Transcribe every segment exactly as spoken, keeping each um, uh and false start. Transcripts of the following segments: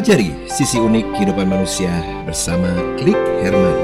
Pelajari sisi unik kehidupan manusia bersama Klik Herman.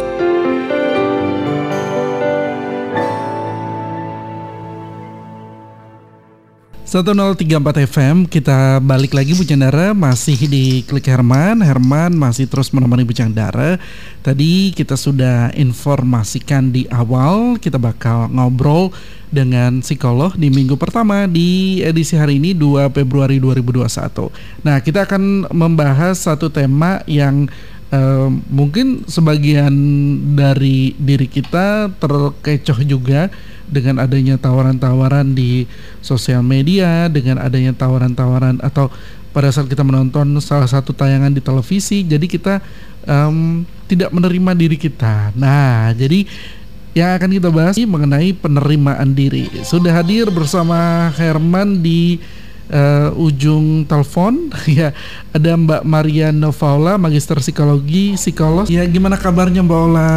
seratus tiga puluh empat F M, kita balik lagi Bu Chandra, masih di Klik Herman. Herman masih terus menemani Bu Chandra. Tadi kita sudah informasikan di awal, kita bakal ngobrol dengan psikolog di minggu pertama di edisi hari ini dua Februari dua ribu dua puluh satu. Nah, kita akan membahas satu tema yang uh, mungkin sebagian dari diri kita terkecoh juga dengan adanya tawaran-tawaran di sosial media, dengan adanya tawaran-tawaran atau pada saat kita menonton salah satu tayangan di televisi, jadi kita um, tidak menerima diri kita. Nah, jadi yang akan kita bahas mengenai penerimaan diri. Sudah hadir bersama Herman di uh, ujung telepon. Ya, ada Mbak Maria Novaula, Magister Psikologi, psikolog. Ya, gimana kabarnya Mbak Ola?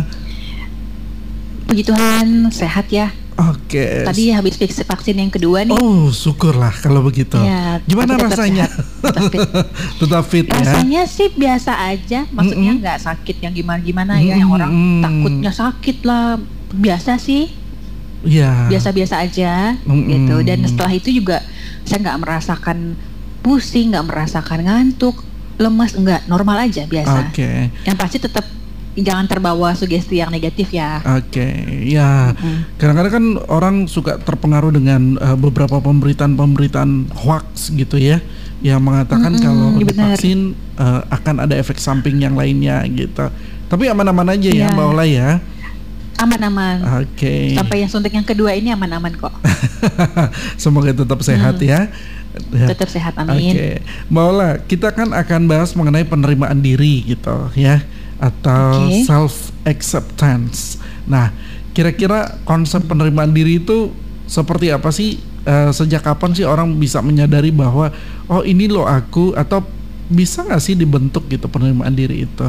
Puji Tuhan, sehat ya. Oke. Tadi habis vaksin yang kedua nih. Oh, syukurlah kalau begitu. Ya, gimana rasanya? Tetap fit. Tetap fit ya. Rasanya sih biasa aja. Maksudnya nggak mm-hmm. sakit yang gimana-gimana mm-hmm. ya. Yang orang takutnya sakit lah. Biasa sih. Iya. Biasa-biasa aja mm-hmm. gitu. Dan setelah itu juga saya nggak merasakan pusing, nggak merasakan ngantuk, lemas, enggak, normal aja biasa. Oke. Okay. Yang pasti tetap jangan terbawa sugesti yang negatif ya. Oke, okay, ya. Mm-hmm. Kadang-kadang kan orang suka terpengaruh dengan uh, beberapa pemberitaan-pemberitaan hoax gitu ya, yang mengatakan mm-hmm, kalau divaksin uh, akan ada efek samping yang lainnya gitu. Tapi aman-aman aja ya, ya Mbak Ola ya. Aman-aman. Oke. Okay. Sampai yang suntik yang kedua ini aman-aman kok. Semoga tetap sehat mm. ya. Tetap sehat, amin. Oke, okay. Mbak Ola, kita kan akan bahas mengenai penerimaan diri gitu ya, atau okay. self acceptance. Nah, kira-kira konsep penerimaan diri itu seperti apa sih? Uh, sejak kapan sih orang bisa menyadari bahwa oh ini loh aku, atau bisa nggak sih dibentuk gitu penerimaan diri itu?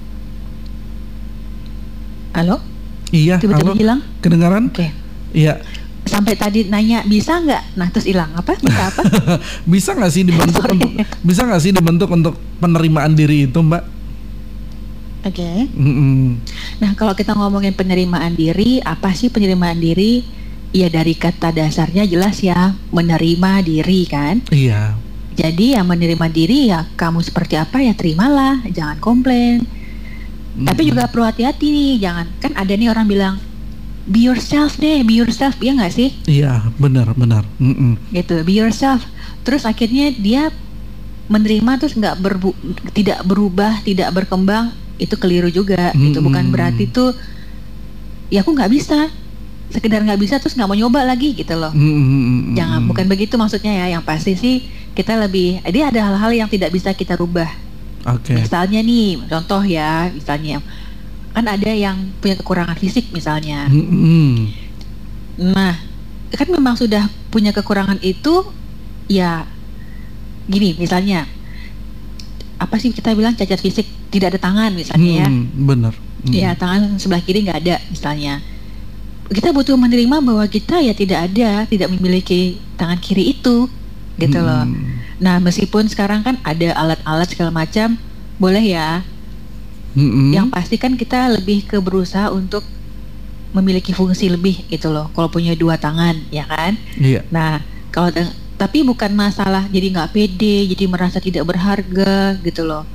Halo? Iya, tiba-tiba halo. Hilang? Kedengaran? Oke. Okay. Iya. Sampai tadi nanya bisa nggak? Nah terus hilang apa? Bisa apa? Bisa nggak sih dibentuk untuk bisa nggak sih dibentuk untuk penerimaan diri itu, Mbak? Oke. Okay. Mm-hmm. Nah kalau kita ngomongin penerimaan diri, apa sih penerimaan diri? Ya dari kata dasarnya jelas ya, menerima diri kan. Iya. Jadi yang menerima diri ya kamu seperti apa ya terimalah, jangan komplain. Mm-hmm. Tapi juga perlu hati-hati nih, jangan, kan ada nih orang bilang be yourself deh, be yourself, ya nggak sih? Iya, benar-benar. Mm-mm. Gitu, be yourself. Terus akhirnya dia menerima terus nggak berbu- tidak berubah, tidak berkembang, itu keliru juga. Mm-mm. Itu bukan berarti tuh ya aku nggak bisa, sekedar nggak bisa terus nggak mau nyoba lagi gitu loh. Mm-mm. Jangan, bukan begitu maksudnya ya. Yang pasti sih kita lebih, jadi ada hal-hal yang tidak bisa kita rubah. Oke. Okay. Misalnya nih, contoh ya, misalnya kan ada yang punya kekurangan fisik misalnya. Mm-hmm. Nah, kan memang sudah punya kekurangan itu, ya gini misalnya, apa sih kita bilang cacat fisik, tidak ada tangan misalnya. Mm, benar. Mm. Ya tangan sebelah kiri nggak ada misalnya. Kita butuh menerima bahwa kita ya tidak ada, tidak memiliki tangan kiri itu, gitu mm. loh. Nah meskipun sekarang kan ada alat-alat segala macam, boleh ya. Mm-hmm. Yang pasti kan kita lebih ke berusaha untuk memiliki fungsi lebih gitu loh. Kalau punya dua tangan, ya kan? Iya. Nah, kalau tapi bukan masalah jadi nggak pede, jadi merasa tidak berharga gitu loh.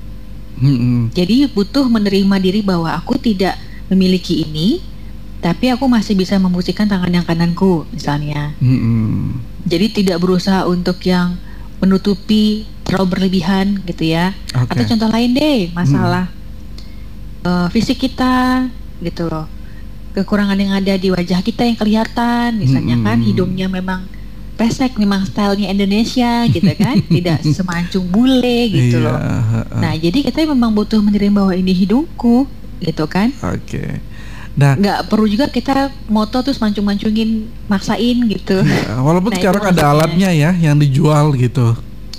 Mm-hmm. Jadi butuh menerima diri bahwa aku tidak memiliki ini, tapi aku masih bisa memfungsikan tangan yang kananku, misalnya. Mm-hmm. Jadi tidak berusaha untuk yang menutupi terlalu berlebihan gitu ya. Okay. Atau contoh lain deh, masalah mm. Uh, fisik kita gitu loh, kekurangan yang ada di wajah kita yang kelihatan misalnya, mm-hmm. kan hidungnya memang pesek, memang stylenya Indonesia gitu kan, tidak semancung bule gitu loh. Nah jadi kita memang butuh menerima bahwa ini hidungku gitu kan. Oke. Okay. Nah, nggak perlu juga kita moto terus mancung-mancungin, maksain gitu. Ya, walaupun nah, sekarang ada alatnya ya yang dijual gitu.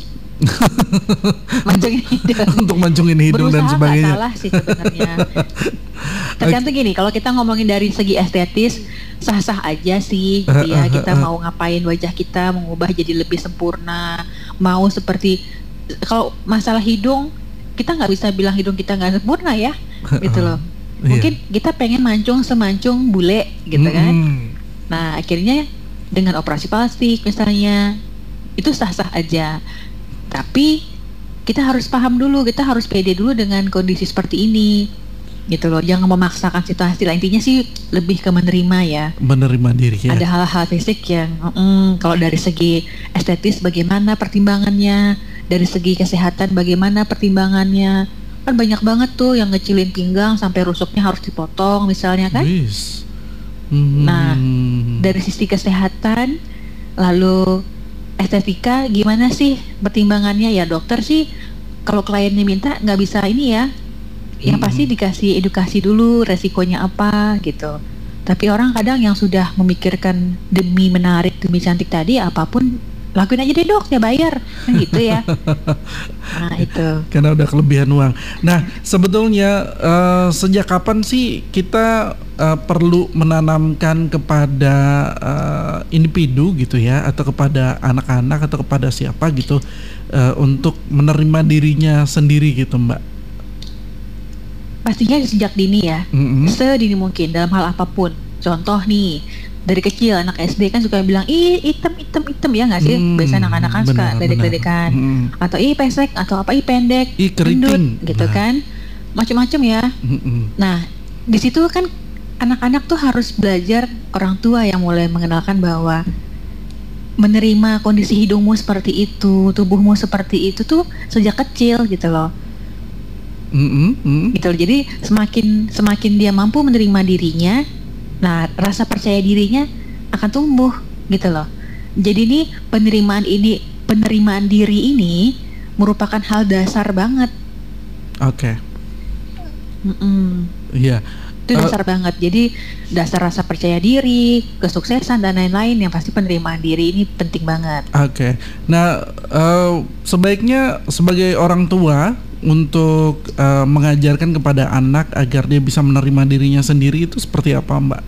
mancungin hidung. Untuk mancungin hidung berusaha dan sebagainya. Berusaha salah sih sebenarnya. Tergantung gini, kalau kita ngomongin dari segi estetis sah-sah aja sih gitu ya. Kita mau ngapain wajah kita, mengubah jadi lebih sempurna, mau seperti kalau masalah hidung, kita nggak bisa bilang hidung kita nggak sempurna ya, gitu loh. Mungkin yeah. kita pengen mancung semancung bule gitu mm-hmm. kan. Nah akhirnya dengan operasi plastik misalnya itu sah-sah aja. Tapi kita harus paham dulu, kita harus pede dulu dengan kondisi seperti ini gitu loh. Jangan memaksakan situasi lah. Intinya sih lebih ke menerima ya. Menerima diri ya. Ada hal-hal fisik yang mm, kalau dari segi estetis bagaimana pertimbangannya, dari segi kesehatan bagaimana pertimbangannya. Kan banyak banget tuh yang ngecilin pinggang sampai rusuknya harus dipotong misalnya kan. Yes. Hmm. Nah dari sisi kesehatan, lalu estetika gimana sih pertimbangannya ya dokter sih kalau kliennya minta nggak bisa ini ya, yang hmm. pasti dikasih edukasi dulu resikonya apa gitu. Tapi orang kadang yang sudah memikirkan demi menarik, demi cantik tadi apapun lakuin aja deh dok, ya bayar kan gitu ya. Nah itu karena udah kelebihan uang. Nah sebetulnya uh, sejak kapan sih kita uh, perlu menanamkan kepada uh, individu gitu ya, atau kepada anak-anak atau kepada siapa gitu uh, untuk menerima dirinya sendiri gitu Mbak? Pastinya sejak dini ya, mm-hmm. sedini mungkin dalam hal apapun. Contoh nih, dari kecil anak S D kan suka bilang ih hitam hitam hitam ya nggak sih, hmm, biasa anak-anak kan suka ledek-ledekan hmm. atau ih pesek atau apa ih pendek, ih keriting gitu nah. kan, macam-macam ya. hmm. Nah di situ kan anak-anak tuh harus belajar, orang tua yang mulai mengenalkan bahwa menerima kondisi hidungmu seperti itu, tubuhmu seperti itu tuh sejak kecil gitu loh. hmm. Gitu loh. Jadi semakin semakin dia mampu menerima dirinya, nah rasa percaya dirinya akan tumbuh gitu loh. Jadi ini penerimaan ini penerimaan diri ini merupakan hal dasar banget. Oke. Okay. Iya. Itu dasar uh, banget. Jadi dasar rasa percaya diri, kesuksesan dan lain-lain yang pasti penerimaan diri ini penting banget. Oke. Okay. Nah uh, sebaiknya sebagai orang tua untuk uh, mengajarkan kepada anak agar dia bisa menerima dirinya sendiri itu seperti apa Mbak?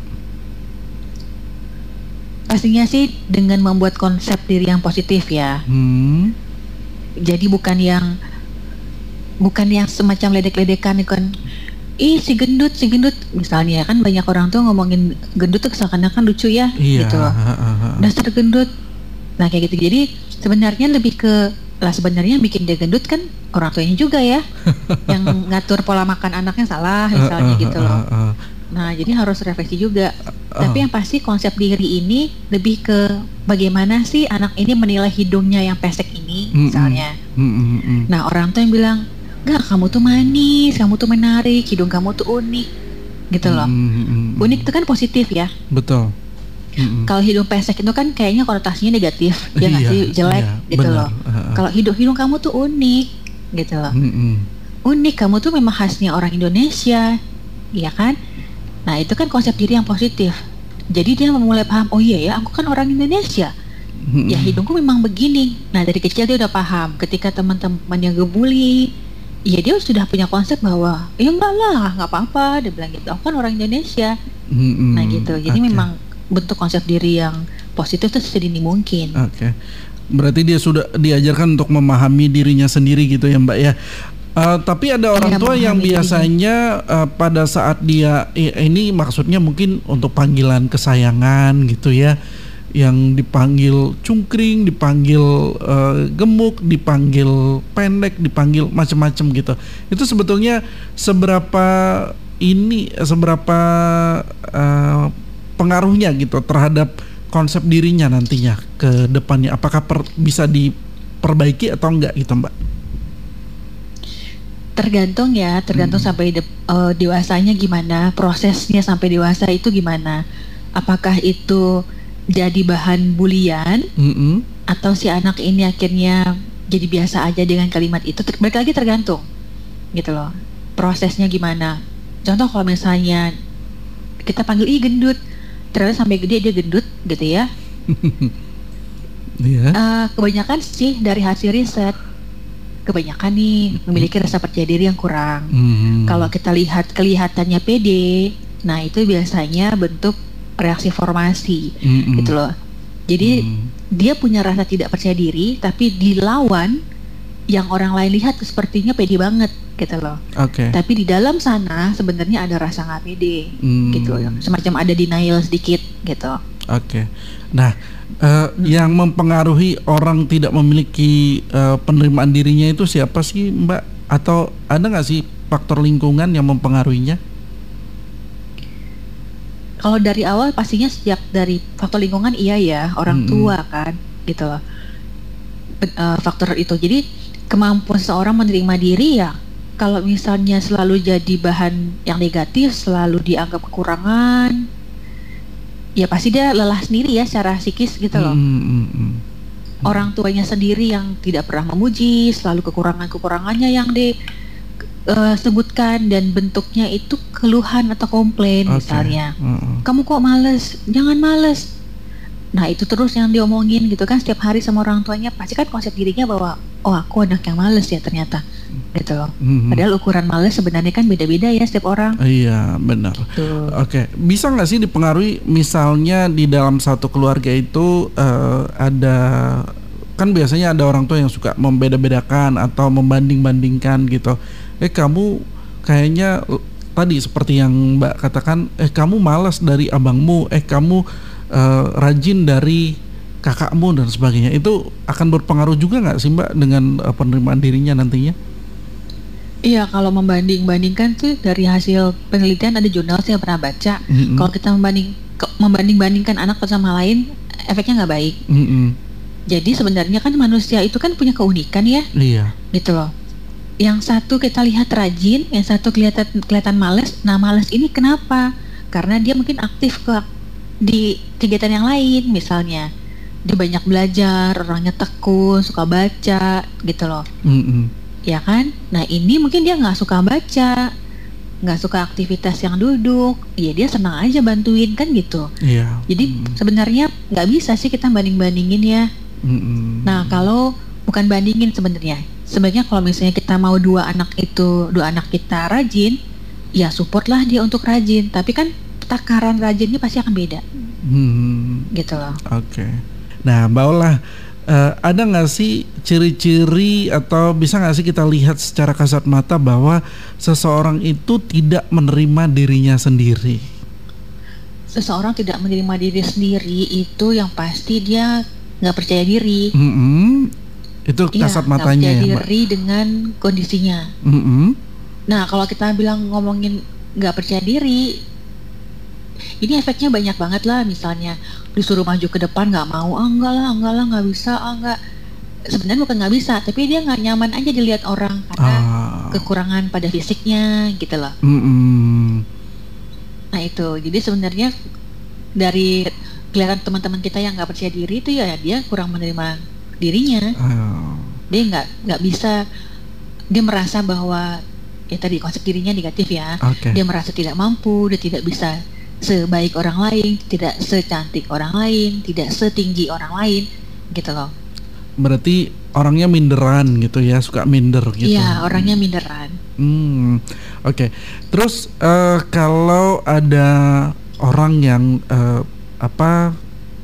Pastinya sih dengan membuat konsep diri yang positif ya. Hmm. Jadi bukan yang bukan yang semacam ledek-ledekan kan. Ih si gendut, si gendut misalnya kan banyak orang tuh ngomongin gendut tuh seakan-akan lucu ya, iya, gitu loh. Uh, uh, uh. Dasar gendut. Nah kayak gitu. Jadi sebenarnya lebih ke lah sebenarnya bikin dia gendut kan orang tuanya juga ya. Yang ngatur pola makan anaknya salah misalnya uh, uh, gitu loh. Uh, uh. Nah jadi harus refleksi juga. Uh. Tapi yang pasti konsep diri ini lebih ke bagaimana sih anak ini menilai hidungnya yang pesek ini mm-mm. misalnya. Mm-mm. Nah orang tua yang bilang, enggak, kamu tuh manis, kamu tuh menarik, hidung kamu tuh unik, gitu loh. Mm-mm. Unik itu kan positif ya. Betul. Kalau hidung pesek itu kan kayaknya konotasinya negatif, ya nggak sih, jelek, iya, gitu benar. Loh. Uh-uh. Kalau hidung hidung kamu tuh unik, gitu loh. Mm-mm. Unik, kamu tuh memang khasnya orang Indonesia, iya kan? Nah itu kan konsep diri yang positif. Jadi dia mulai paham, oh iya ya, aku kan orang Indonesia. Mm-mm. Ya hidungku memang begini. Nah dari kecil dia udah paham. Ketika teman-temannya ngebully, ya dia sudah punya konsep bahwa ya enggak lah, nggak apa-apa. Dia bilang gitu, aku kan orang Indonesia. Mm-hmm. Nah gitu, jadi okay. memang bentuk konsep diri yang positif itu sedini mungkin. Oke, okay. Berarti dia sudah diajarkan untuk memahami dirinya sendiri gitu ya Mbak ya. Uh, tapi ada orang ya, tua yang biasanya uh, pada saat dia eh, ini maksudnya mungkin untuk panggilan kesayangan gitu ya, yang dipanggil cungkring, dipanggil uh, gemuk, dipanggil pendek, dipanggil macam-macam gitu. Itu sebetulnya seberapa ini seberapa uh, pengaruhnya gitu terhadap konsep dirinya nantinya ke depannya? Apakah per, bisa diperbaiki atau enggak gitu Mbak? Tergantung ya, tergantung hmm. sampai de, uh, dewasanya gimana, prosesnya sampai dewasa itu gimana. Apakah itu jadi bahan bulian mm-hmm. atau si anak ini akhirnya jadi biasa aja dengan kalimat itu? Ter- balik lagi tergantung gitu loh, prosesnya gimana. Contoh kalau misalnya kita panggil ih gendut, ternyata sampai gede dia gendut gitu ya. yeah. uh, kebanyakan sih dari hasil riset, kebanyakan nih memiliki rasa percaya diri yang kurang. mm-hmm. Kalau kita lihat kelihatannya pede, nah itu biasanya bentuk reaksi formasi, mm-hmm. gitu loh. Jadi mm. dia punya rasa tidak percaya diri, tapi dilawan yang orang lain lihat sepertinya pede banget gitu loh. Oke. Okay. Tapi di dalam sana sebenarnya ada rasa nggak pede, hmm. gitu loh. Semacam ada denial sedikit gitu. Oke. Okay. Nah, uh, hmm. yang mempengaruhi orang tidak memiliki uh, penerimaan dirinya itu siapa sih, Mbak? Atau ada nggak sih faktor lingkungan yang mempengaruhinya? Kalau dari awal pastinya sejak dari faktor lingkungan iya ya, orang hmm. tua kan, gitu loh. Uh, faktor itu. Jadi kemampuan seorang menerima diri ya, kalau misalnya selalu jadi bahan yang negatif, selalu dianggap kekurangan, ya pasti dia lelah sendiri ya secara psikis gitu loh. Hmm, hmm, hmm. Orang tuanya sendiri yang tidak pernah memuji, selalu kekurangan-kekurangannya yang disebutkan, dan bentuknya itu keluhan atau komplain. Okay. Misalnya, hmm. kamu kok males, jangan males. Nah itu terus yang diomongin gitu kan setiap hari sama orang tuanya, pasti kan konsep dirinya bahwa oh aku anak yang males ya ternyata gitu loh. Mm-hmm. Padahal ukuran males sebenarnya kan beda-beda ya setiap orang. Iya benar. Gitu. Oke, bisa nggak sih dipengaruhi misalnya di dalam satu keluarga itu uh, ada, kan biasanya ada orang tua yang suka membeda-bedakan atau membanding-bandingkan gitu. Eh kamu kayaknya tadi seperti yang Mbak katakan, eh kamu malas dari abangmu, eh kamu Uh, rajin dari kakakmu dan sebagainya. Itu akan berpengaruh juga nggak sih Mbak dengan uh, penerimaan dirinya nantinya? Iya, kalau membanding-bandingkan tuh dari hasil penelitian, ada jurnal saya pernah baca. Mm-hmm. Kalau kita membanding membanding-bandingkan anak sama lain, efeknya nggak baik. Mm-hmm. Jadi sebenarnya kan manusia itu kan punya keunikan ya. Iya. Gitu loh. Yang satu kita lihat rajin, yang satu kelihatan kelihatan malas. Nah malas ini kenapa? Karena dia mungkin aktif ke di kegiatan yang lain, misalnya dia banyak belajar, orangnya tekun, suka baca gitu loh. Mm-hmm. Ya kan? Nah ini mungkin dia nggak suka baca, nggak suka aktivitas yang duduk, ya dia senang aja bantuin kan gitu. Yeah. Jadi mm-hmm. sebenarnya nggak bisa sih kita banding-bandingin ya. Mm-hmm. Nah kalau bukan bandingin sebenarnya, sebenarnya kalau misalnya kita mau dua anak itu, dua anak kita rajin, ya supportlah dia untuk rajin. Tapi kan takaran rajinnya pasti akan beda, hmm. gitu loh. Oke. Okay. Nah, Mbak Ola, uh, ada nggak sih ciri-ciri atau bisa nggak sih kita lihat secara kasat mata bahwa seseorang itu tidak menerima dirinya sendiri? Seseorang tidak menerima diri sendiri itu yang pasti dia nggak percaya diri. Mm-hmm. Itu kasat ya, matanya ya, Mbak. Nggak percaya diri dengan kondisinya. Mm-hmm. Nah, kalau kita bilang ngomongin nggak percaya diri, ini efeknya banyak banget lah. Misalnya disuruh maju ke depan nggak mau, ah enggak lah, enggak lah, nggak bisa, ah enggak. Sebenarnya bukan nggak bisa, tapi dia nggak nyaman aja dilihat orang karena ah. kekurangan pada fisiknya gitu loh. Mm-hmm. Nah itu, jadi sebenarnya dari kelihatan teman-teman kita yang nggak percaya diri itu ya dia kurang menerima dirinya. Ah. Dia nggak nggak bisa, dia merasa bahwa ya tadi konsep dirinya negatif ya. Okay. Dia merasa tidak mampu, dia tidak bisa sebaik orang lain, tidak secantik orang lain, tidak setinggi orang lain, gitu loh. Berarti orangnya minderan gitu ya, suka minder gitu. Iya, orangnya minderan. Hmm, oke. Okay. Terus uh, kalau ada orang yang uh, apa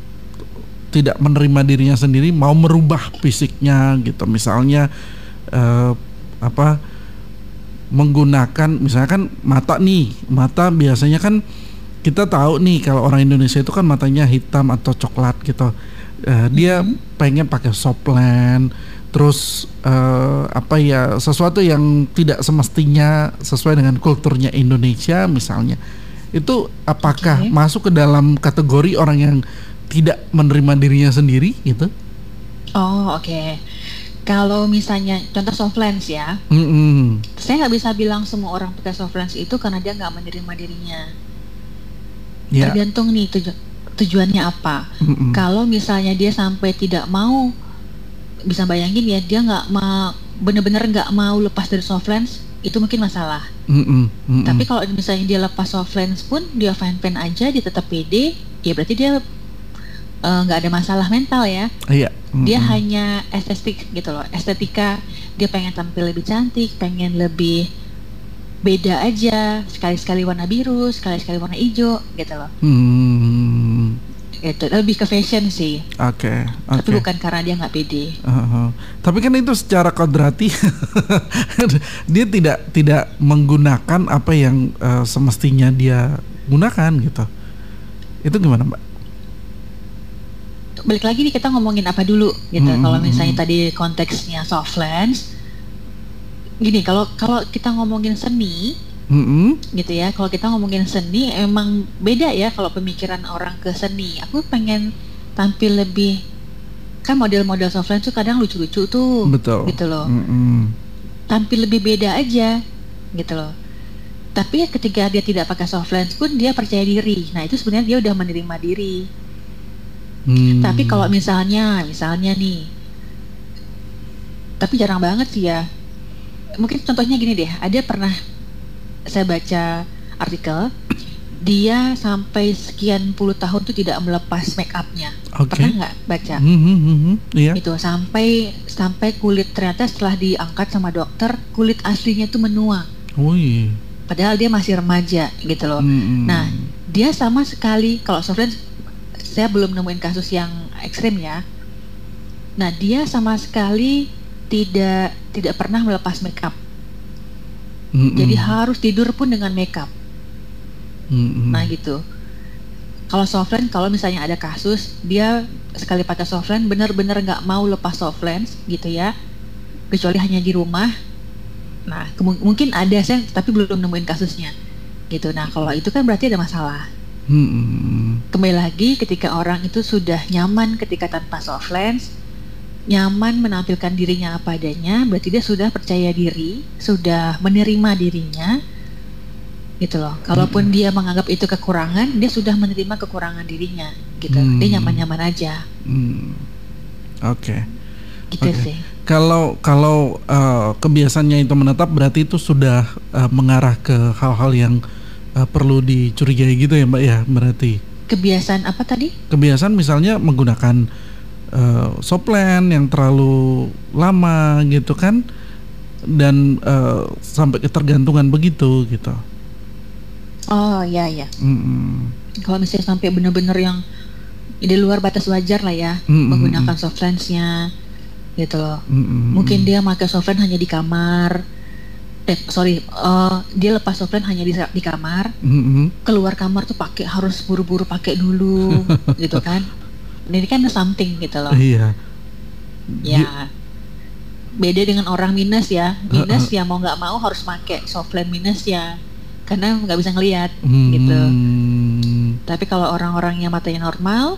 tidak menerima dirinya sendiri, mau merubah fisiknya gitu, misalnya uh, apa menggunakan, misalnya kan mata nih, mata biasanya kan kita tahu nih kalau orang Indonesia itu kan matanya hitam atau coklat gitu. Uh, dia mm-hmm. pengen pakai softland, terus uh, apa ya sesuatu yang tidak semestinya sesuai dengan kulturnya Indonesia misalnya. Itu apakah okay. masuk ke dalam kategori orang yang tidak menerima dirinya sendiri gitu? Oh oke. Okay. Kalau misalnya contoh softlands ya, mm-hmm. saya nggak bisa bilang semua orang pakai softlands itu karena dia nggak menerima dirinya. Yeah. Tergantung nih tuju- tujuannya apa. Mm-hmm. Kalau misalnya dia sampai tidak mau, bisa bayangin ya dia nggak mau, bener-bener nggak mau lepas dari softlands, itu mungkin masalah. Mm-hmm. Mm-hmm. Tapi kalau misalnya dia lepas softlands pun dia fine-fine aja, dia tetap pede, ya berarti dia nggak uh, ada masalah mental ya. Iya. Mm-hmm. Dia hanya estetik gitu loh, estetika. Dia pengen tampil lebih cantik, pengen lebih beda aja, sekali-sekali warna biru, sekali-sekali warna hijau gitu loh. Hmm. Itu lebih ke fashion sih. Oke. Okay, okay. Tapi bukan karena dia nggak pede. Uh-huh. Tapi kan itu secara kodrati dia tidak tidak menggunakan apa yang uh, semestinya dia gunakan gitu. Itu gimana, Mbak? Balik lagi nih, kita ngomongin apa dulu gitu. Mm-hmm. Kalau misalnya tadi konteksnya soft lens, gini, kalau kalau kita ngomongin seni. Mm-hmm. Gitu ya, kalau kita ngomongin seni emang beda ya kalau pemikiran orang ke seni. Aku pengen tampil lebih, kan model-model soft lens tuh kadang lucu-lucu tuh. Betul. Gitu loh. Mm-hmm. Tampil lebih beda aja gitu loh. Tapi ya ketika dia tidak pakai soft lens pun dia percaya diri. Nah itu sebenarnya dia udah menerima diri. Hmm. Tapi kalau misalnya misalnya nih, tapi jarang banget sih ya. Mungkin contohnya gini deh, ada pernah saya baca artikel, dia sampai sekian puluh tahun tuh tidak melepas make upnya. Okay. Pernah nggak baca? Mm-hmm. Yeah. Itu sampai sampai kulit, ternyata setelah diangkat sama dokter, kulit aslinya tuh menua. Ui. Padahal dia masih remaja gitu loh. Mm-hmm. Nah dia sama sekali, kalau soft lens saya belum nemuin kasus yang ekstrim ya. Nah dia sama sekali tidak tidak pernah melepas make up. Mm-mm. Jadi harus tidur pun dengan makeup. Mm-mm. Nah gitu. Kalau soft lens, kalau misalnya ada kasus dia sekali pakai soft lens benar-benar nggak mau lepas soft lens gitu ya, kecuali hanya di rumah. Nah ke- mungkin ada saya, tapi belum nemuin kasusnya gitu. Nah kalau itu kan berarti ada masalah. Mm-mm. Kembali lagi, ketika orang itu sudah nyaman ketika tanpa soft lens, nyaman menampilkan dirinya apa adanya, berarti dia sudah percaya diri, sudah menerima dirinya gitu loh. Kalaupun hmm. dia menganggap itu kekurangan, dia sudah menerima kekurangan dirinya gitu. Hmm. Dia nyaman-nyaman aja. Hmm. Oke. Okay. Gitu okay. sih. Kalau kalau uh, kebiasaannya itu menetap, berarti itu sudah uh, mengarah ke hal-hal yang uh, perlu dicurigai gitu ya, Mbak ya, berarti. Kebiasaan apa tadi? Kebiasaan misalnya menggunakan Uh, soplen yang terlalu lama gitu kan, dan uh, sampai ketergantungan begitu gitu. Oh ya ya. Mm-mm. Kalau misalnya sampai benar-benar yang di luar batas wajar lah ya, Mm-mm. menggunakan soft lensnya gitu loh. Mm-mm. Mungkin dia pakai soft lens hanya di kamar. Eh sorry, uh, dia lepas soft lens hanya di di kamar. Mm-mm. Keluar kamar tuh pakai, harus buru-buru pakai dulu gitu kan. Ini kan something gitu loh. Iya. Ya. Beda dengan orang minus ya. Minus uh, uh. ya mau nggak mau harus pakai soft lens minus ya, karena nggak bisa ngelihat hmm. gitu. Tapi kalau orang-orang yang matanya normal,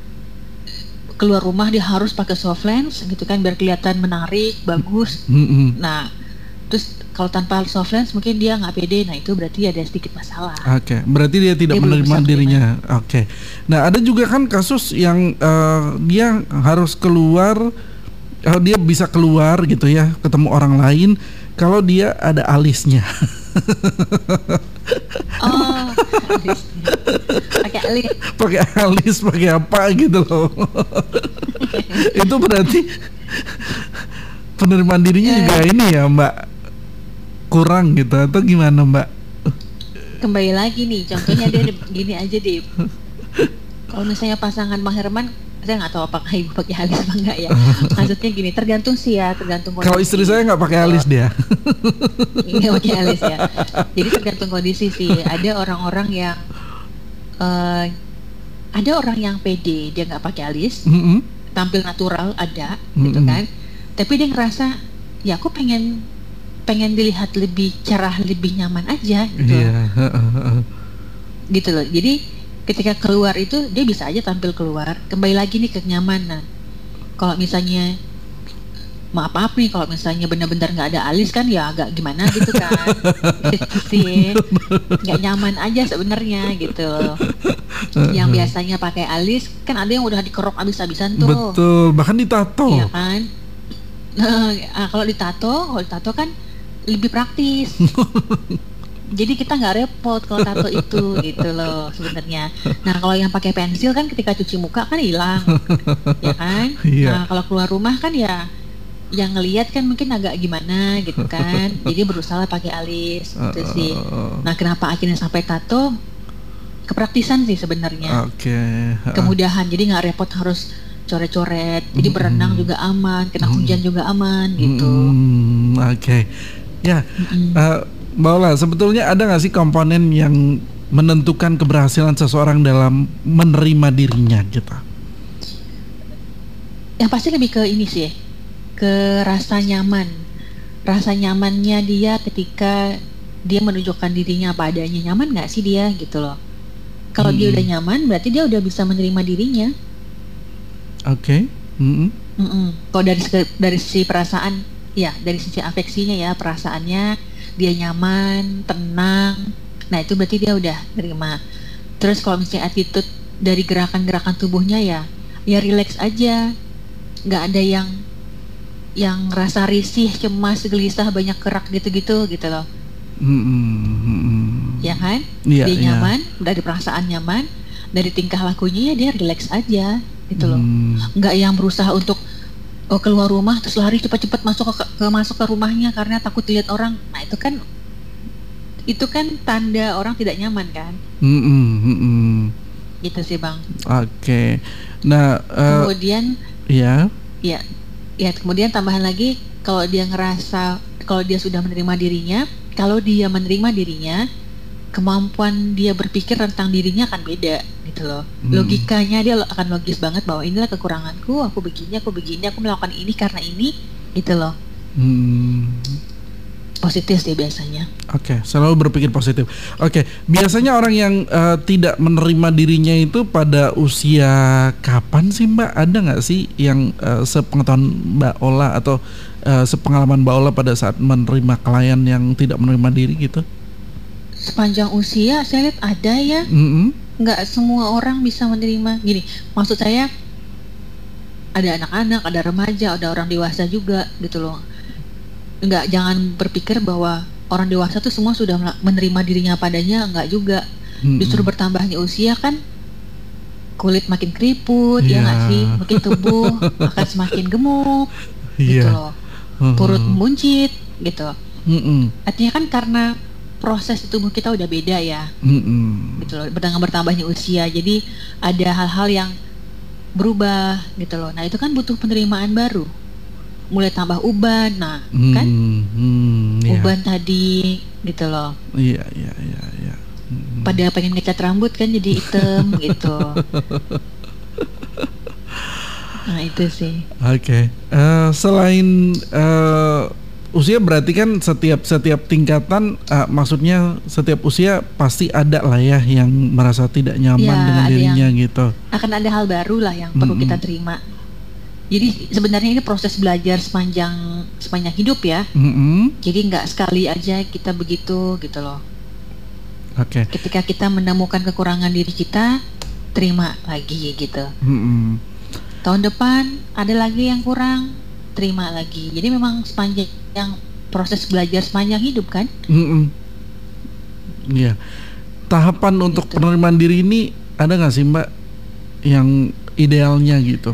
keluar rumah dia harus pakai soft lens gitu kan, biar kelihatan menarik, bagus. Hmm. Nah, terus kalau tanpa soft lens mungkin dia nggak pede. Nah itu berarti ada sedikit masalah. Oke, okay. Berarti dia tidak dia menerima dirinya. Oke. Okay. Nah ada juga kan kasus yang uh, dia harus keluar, uh, dia bisa keluar gitu ya, ketemu orang lain kalau dia ada alisnya. Oh, alis. Pakai alis. Pakai alis, pakai apa gitu loh. Itu berarti penerimaan dirinya juga ini ya, Mbak, kurang gitu atau gimana, Mbak? Kembali lagi nih, contohnya dia gini aja deh. Kalau misalnya pasangan Bang Herman, saya nggak tahu apakah ibu pakai alis apa enggak ya. Maksudnya gini, tergantung sih ya, tergantung kondisi. Kalau istri saya nggak pakai alis dia. Nggak pakai alis ya. Jadi tergantung kondisi sih. Ada orang-orang yang uh, ada orang yang pede, dia nggak pakai alis, mm-hmm. tampil natural ada, mm-hmm. gitu kan. Tapi dia ngerasa, ya aku pengen pengen dilihat lebih cerah, lebih nyaman aja gitu. Yeah. Gitu loh. Jadi ketika keluar itu dia bisa aja tampil keluar. Kembali lagi nih ke kenyamanan. Kalau misalnya maaf maaf nih, kalau misalnya benar-benar nggak ada alis kan ya agak gimana gitu kan. Gitu sih. Nggak nyaman aja sebenarnya gitu. Yang biasanya pakai alis kan ada yang udah dikerok abis-abisan tuh. Betul, bahkan ditato. Iya kan. Nah, kalau ditato, kalau ditato kan lebih praktis. Jadi kita nggak repot kalau tato itu gitu loh sebenarnya. Nah kalau yang pakai pensil kan ketika cuci muka kan hilang, ya kan. Iya. Nah kalau keluar rumah kan ya yang ngelihat kan mungkin agak gimana gitu kan. Jadi berusaha pakai alis gitu sih. Nah kenapa akhirnya sampai tato? kepraktisan sih sebenarnya. Oke. Okay. Kemudahan, jadi nggak repot harus coret-coret. Jadi mm-hmm. berenang juga aman, kena hujan mm-hmm. juga aman gitu. Mm-hmm. Oke. Okay. Ya, mm-hmm. uh, Mbak Ola, sebetulnya ada nggak sih komponen yang menentukan keberhasilan seseorang dalam menerima dirinya gitu? Yang pasti lebih ke ini sih, ke rasa nyaman. Rasa nyamannya dia ketika dia menunjukkan dirinya apa adanya. Nyaman nggak sih dia gitu loh. Kalau mm-hmm. dia udah nyaman, berarti dia udah bisa menerima dirinya. Oke. Okay. Mm-hmm. Kalau dari dari sisi perasaan, ya dari sisi afeksinya ya, perasaannya dia nyaman, tenang. Nah itu berarti dia udah terima. Terus kalau misalnya attitude dari gerakan-gerakan tubuhnya ya, ya relax aja. Nggak ada yang yang rasa risih, cemas, gelisah, banyak gerak gitu-gitu gitu loh. Mm-hmm. Ya kan? Yeah, dia nyaman, yeah. dari perasaan nyaman, dari tingkah lakunya ya dia relax aja gitu loh. Mm. Nggak yang berusaha untuk oh, keluar rumah terus lari cepat-cepat masuk ke, ke masuk ke rumahnya karena takut dilihat orang. Nah itu kan itu kan tanda orang tidak nyaman kan? Mm-hmm. Gitu sih Bang. Oke. Okay. Nah uh, kemudian ya. Ya, ya kemudian tambahan lagi kalau dia ngerasa kalau dia sudah menerima dirinya, kalau dia menerima dirinya, kemampuan dia berpikir tentang dirinya akan beda gitu loh. Hmm. Logikanya dia akan logis banget bahwa inilah kekuranganku, aku begini, aku begini, aku melakukan ini karena ini gitu loh. Hmm. Positif sih biasanya. Oke, okay, selalu berpikir positif. Oke, okay, biasanya orang yang uh, tidak menerima dirinya itu pada usia kapan sih Mbak? Ada nggak sih yang uh, sepengetahuan Mbak Ola atau uh, sepengalaman Mbak Ola pada saat menerima klien yang tidak menerima diri gitu? Sepanjang usia saya lihat ada ya. Mm-hmm. Nggak semua orang bisa menerima. Gini, maksud saya ada anak-anak, ada remaja, ada orang dewasa juga gitu loh. Enggak, jangan berpikir bahwa orang dewasa tuh semua sudah menerima dirinya padanya, enggak juga. Mm-hmm. Justru bertambahnya usia kan kulit makin keriput, yeah. ya nggak sih, makin tubuh akan semakin gemuk, yeah. gitu loh, perut membuncit, gitu. Mm-hmm. Artinya kan karena proses di tubuh kita udah beda ya, mm-hmm. gitu loh. Dengan bertambahnya usia, jadi ada hal-hal yang berubah, gitu loh. Nah itu kan butuh penerimaan baru. Mulai tambah uban, nah hmm, kan hmm, yeah. uban tadi gitu loh. Iya iya iya. iya. Hmm. Pada pengen ngecat rambut kan jadi hitam gitu. Nah itu sih. Oke. Okay. Uh, selain uh, usia berarti kan setiap setiap tingkatan, uh, maksudnya setiap usia pasti ada lah ya yang merasa tidak nyaman ya, dengan dirinya gitu. Akan ada hal baru lah yang perlu hmm. kita terima. Jadi sebenarnya ini proses belajar sepanjang sepanjang hidup ya. Mm-hmm. Jadi nggak sekali aja kita begitu gitu loh. Oke. Okay. Ketika kita menemukan kekurangan diri kita, terima lagi gitu. Mm-hmm. Tahun depan ada lagi yang kurang, terima lagi. Jadi memang sepanjang yang proses belajar sepanjang hidup kan. Mm-hmm. Iya. Tahapan gitu. Untuk penerimaan diri ini ada nggak sih Mbak yang idealnya gitu?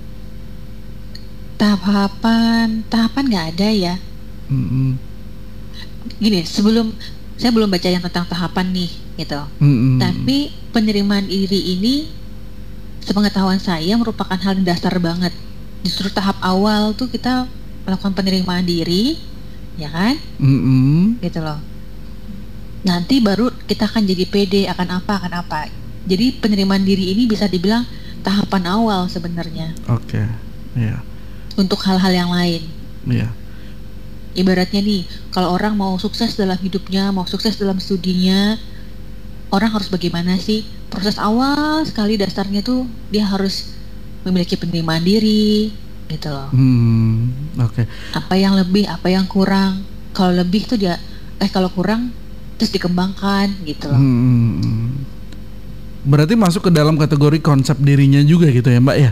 Tahapan, tahapan nggak ada ya. Mm-hmm. Gini, sebelum saya belum baca yang tentang tahapan nih, gitu. Mm-hmm. Tapi penerimaan diri ini, sepengetahuan saya merupakan hal yang dasar banget. Justru tahap awal tuh kita melakukan penerimaan diri, ya kan? Mm-hmm. Gitu loh. Nanti baru kita akan jadi pede akan apa akan apa. Jadi penerimaan diri ini bisa dibilang tahapan awal sebenarnya. Oke, okay. Iya. Yeah. Untuk hal-hal yang lain. Iya. Ibaratnya nih, kalau orang mau sukses dalam hidupnya, mau sukses dalam studinya, orang harus bagaimana sih? Proses awal sekali dasarnya tuh dia harus memiliki penerimaan diri, gitu loh. Hmm, oke. Okay. Apa yang lebih, apa yang kurang? Kalau lebih tuh dia, eh kalau kurang terus dikembangkan, gitu loh. Hmm. Berarti masuk ke dalam kategori konsep dirinya juga gitu ya Mbak ya?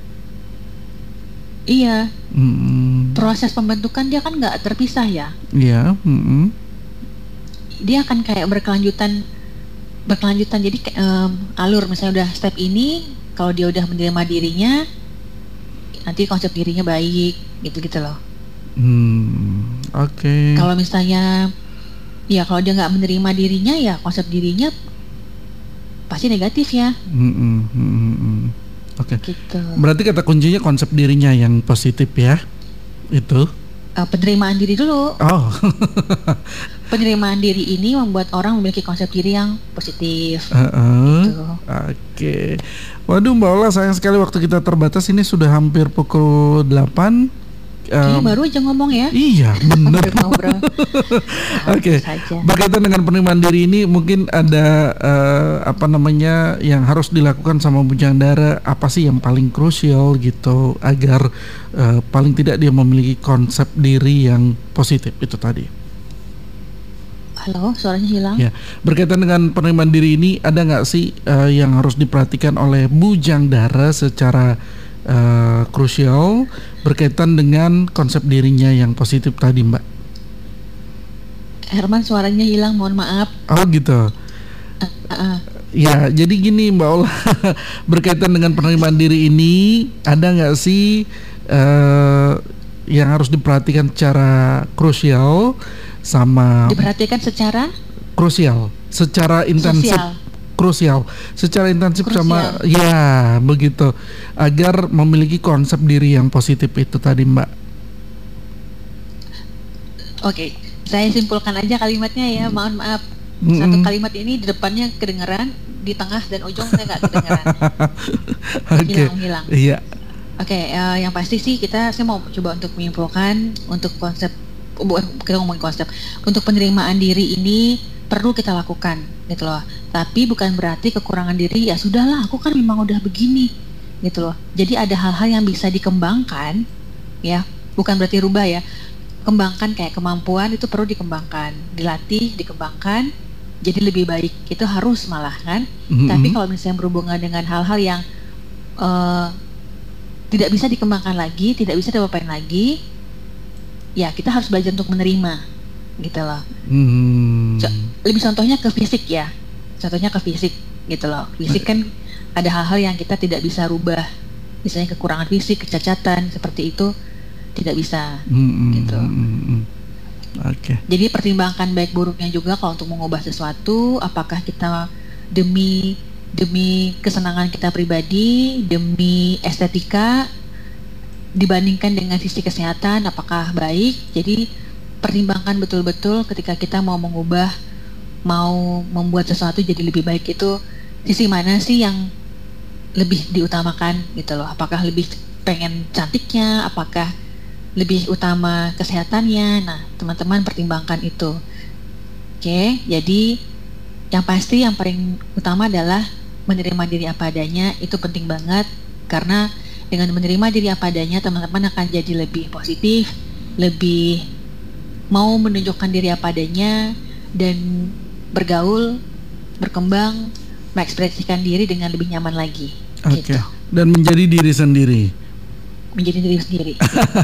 Iya. Mm-hmm. Proses pembentukan dia kan nggak terpisah ya. Iya. Yeah. Mm-hmm. Dia akan kayak berkelanjutan, berkelanjutan. Jadi um, alur misalnya udah step ini, kalau dia udah menerima dirinya, nanti konsep dirinya baik, gitu-gitu loh. Hmm. Oke. Okay. Kalau misalnya, ya kalau dia nggak menerima dirinya, ya konsep dirinya pasti negatif ya. Mm-mm, mm-mm. Oke. Okay. Gitu. Berarti kata kuncinya konsep dirinya yang positif ya, itu. Uh, penerimaan diri dulu. Oh. Penerimaan diri ini membuat orang memiliki konsep diri yang positif. Uh-uh. Gitu. Oke. Okay. Waduh Mbak Ola, sayang sekali waktu kita terbatas, ini sudah hampir pukul delapan. Um, baru aja ngomong ya. Iya benar. Oke. Okay. Berkaitan dengan penerimaan diri ini, mungkin ada uh, apa namanya yang harus dilakukan sama bujang dara, apa sih yang paling krusial gitu agar uh, paling tidak dia memiliki konsep diri yang positif itu tadi. Halo, suaranya hilang. Ya, berkaitan dengan penerimaan diri ini, ada nggak sih uh, yang harus diperhatikan oleh bujang dara secara Uh, krusial berkaitan dengan konsep dirinya yang positif tadi, Mbak? Herman, suaranya hilang, mohon maaf. Oh gitu. Uh, uh. Ya, jadi gini Mbak Ola, berkaitan dengan penerimaan diri ini, ada nggak sih uh, yang harus diperhatikan secara krusial sama? Diperhatikan secara? Krusial, secara intensif. Sosial. Krusial secara intensif krusial. Sama ya begitu agar memiliki konsep diri yang positif itu tadi, Mbak. Oke, saya simpulkan aja kalimatnya ya, mohon maaf. Mm-mm. Satu kalimat ini di depannya kedengeran, di tengah dan ujung saya nggak kedengeran. Okay. Hilang-hilang. Iya. Oke, uh, yang pasti sih kita saya mau coba untuk menyimpulkan untuk konsep, kita ngomongin konsep untuk penerimaan diri ini perlu kita lakukan gitu loh. Tapi bukan berarti kekurangan diri ya sudahlah aku kan memang udah begini gitu loh. Jadi ada hal-hal yang bisa dikembangkan ya, bukan berarti rubah ya. Kembangkan kayak kemampuan itu perlu dikembangkan, dilatih, dikembangkan jadi lebih baik. Itu harus malah kan. Mm-hmm. Tapi kalau misalnya berhubungan dengan hal-hal yang uh, tidak bisa dikembangkan lagi, tidak bisa diapain lagi, ya kita harus belajar untuk menerima gitu loh. Hmm. Lebih contohnya ke fisik ya. Contohnya ke fisik gitu loh. Fisik kan ada hal-hal yang kita tidak bisa rubah. Misalnya kekurangan fisik, kecacatan seperti itu tidak bisa hmm. gitu. Hmm. Oke. Okay. Jadi pertimbangkan baik buruknya juga kalau untuk mengubah sesuatu, apakah kita demi demi kesenangan kita pribadi, demi estetika dibandingkan dengan sisi kesehatan apakah baik. Jadi pertimbangkan betul-betul ketika kita mau mengubah, mau membuat sesuatu jadi lebih baik itu sisi mana sih yang lebih diutamakan gitu loh. Apakah lebih pengen cantiknya, apakah lebih utama kesehatannya. Nah teman-teman pertimbangkan itu. Oke, jadi yang pasti yang paling utama adalah menerima diri apa adanya. Itu penting banget karena dengan menerima diri apa adanya teman-teman akan jadi lebih positif, lebih mau menunjukkan diri apa adanya dan bergaul, berkembang, mengekspresikan diri dengan lebih nyaman lagi. Oke. Okay. Gitu. Dan menjadi diri sendiri. Menjadi diri sendiri.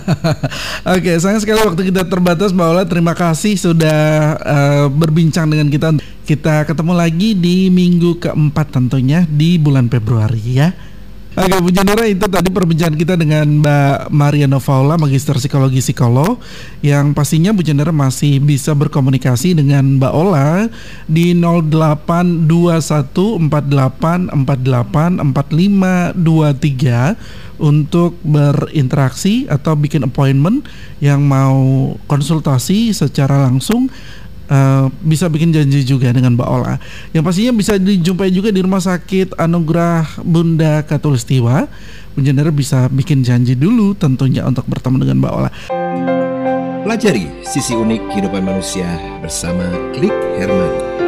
Oke, okay, sayang sekali waktu kita terbatas, Mbak Ola. Terima kasih sudah uh, berbincang dengan kita. Kita ketemu lagi di minggu keempat tentunya di bulan Februari ya. Oke, Bu Jendera, itu tadi perbincangan kita dengan Mbak Maria Novaula, Magister Psikologi Psikolog, yang pastinya Bu Jendera masih bisa berkomunikasi dengan Mbak Ola di nol delapan dua satu empat delapan empat delapan empat lima dua tiga untuk berinteraksi atau bikin appointment yang mau konsultasi secara langsung. Uh, bisa bikin janji juga dengan Mbak Ola, yang pastinya bisa dijumpai juga di Rumah Sakit Anugerah Bunda Katulistiwa. Bu Jendera bisa bikin janji dulu tentunya untuk bertemu dengan Mbak Ola. Pelajari sisi unik kehidupan manusia bersama Klik Herman.